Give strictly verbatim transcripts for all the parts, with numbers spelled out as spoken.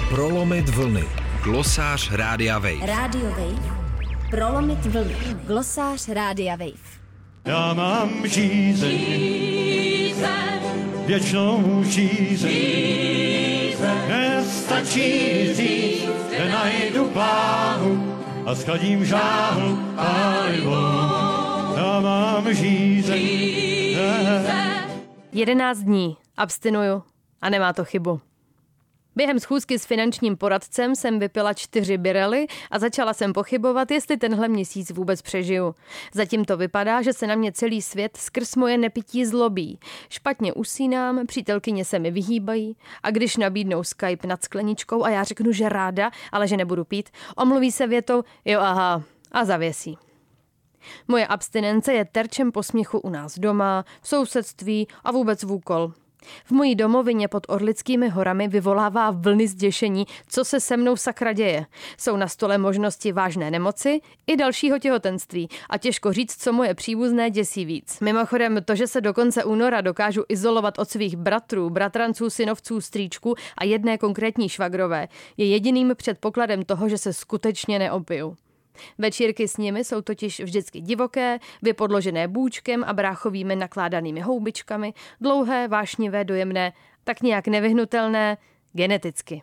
Prolomit vlny. Glosář Rádia Wave. Rádio Wave. Prolomit vlny. Glosář Rádia Wave. Já mám žízeň, žízeň, věčnou žízeň, žízeň. Nestačí říct, že najdu bláhu a schladím žáhu palivo. Já mám žízeň, žízeň. Jedenáct dní, abstinuju a nemá to chybu. Během schůzky s finančním poradcem jsem vypila čtyři birely a začala jsem pochybovat, jestli tenhle měsíc vůbec přežiju. Zatím to vypadá, že se na mě celý svět skrz moje nepití zlobí. Špatně usínám, přítelkyně se mi vyhýbají a když nabídnou Skype nad skleničkou a já řeknu, že ráda, ale že nebudu pít, omluví se větou jo aha a zavěsí. Moje abstinence je terčem posměchu u nás doma, v sousedství a vůbec v úkol. V mojí domovině pod Orlickými horami vyvolává vlny zděšení, co se se mnou sakra děje. Jsou na stole možnosti vážné nemoci i dalšího těhotenství a těžko říct, co moje příbuzné děsí víc. Mimochodem to, že se do konce února dokážu izolovat od svých bratrů, bratranců, synovců, strýčků a jedné konkrétní švagrové, je jediným předpokladem toho, že se skutečně neopiju. Večírky s nimi jsou totiž vždycky divoké, vypodložené bůčkem a bráchovými nakládanými houbičkami, dlouhé, vášnivé, dojemné, tak nějak nevyhnutelné geneticky.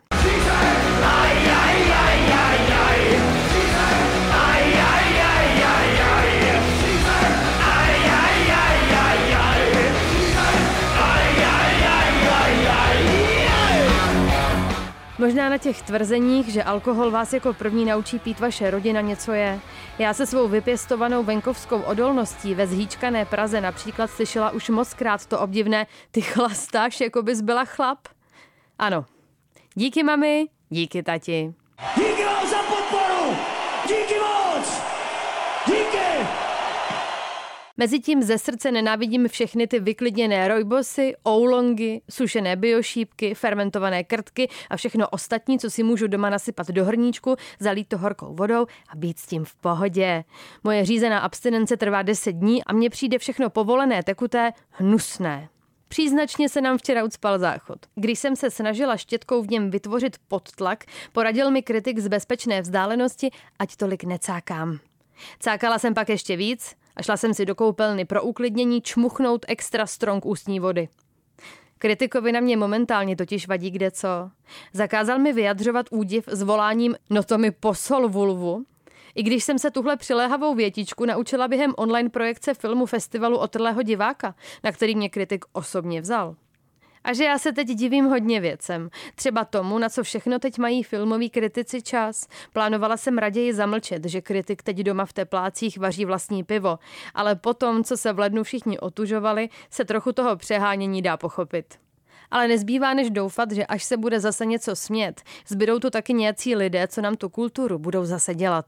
Možná na těch tvrzeních, že alkohol vás jako první naučí pít vaše rodina, něco je. Já se svou vypěstovanou venkovskou odolností ve zhýčkané Praze například slyšela už mockrát to obdivné ty chlastáš, jako bys byla chlap. Ano. Díky mami, díky tati. Díky vám za podporu! Díky moc! Díky! Mezitím ze srdce nenávidím všechny ty vyklidněné rojbosy, oulongy, sušené biošípky, fermentované krtky a všechno ostatní, co si můžu doma nasypat do hrníčku, zalít to horkou vodou a být s tím v pohodě. Moje řízená abstinence trvá deset dní a mně přijde všechno povolené, tekuté, hnusné. Příznačně se nám včera ucpal záchod. Když jsem se snažila štětkou v něm vytvořit podtlak, poradil mi kritik z bezpečné vzdálenosti, ať tolik necákám. Cákala jsem pak ještě víc a šla jsem si do koupelny pro uklidnění čmuchnout extra strong ústní vody. Kritikovi na mě momentálně totiž vadí kdeco. Zakázal mi vyjadřovat údiv s voláním no to mi posol vulvu, i když jsem se tuhle přiléhavou větičku naučila během online projekce filmu Festivalu otrlého diváka, na který mě kritik osobně vzal. A že já se teď divím hodně věcem. Třeba tomu, na co všechno teď mají filmoví kritici čas. Plánovala jsem raději zamlčet, že kritik teď doma v teplácích vaří vlastní pivo. Ale potom, co se v lednu všichni otužovali, se trochu toho přehánění dá pochopit. Ale nezbývá než doufat, že až se bude zase něco smět, zbydou tu taky nějací lidé, co nám tu kulturu budou zase dělat.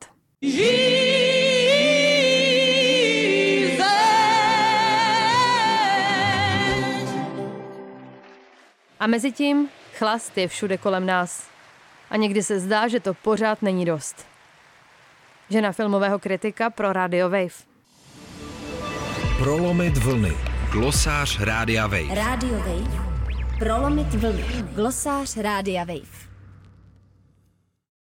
A mezi tím chlast je všude kolem nás. A někdy se zdá, že to pořád není dost. Žena filmového kritika pro Radio Wave. Prolomit vlny. Glosář Rádia Wave. Radio Wave. Prolomit vlny. Glosář Rádia Wave.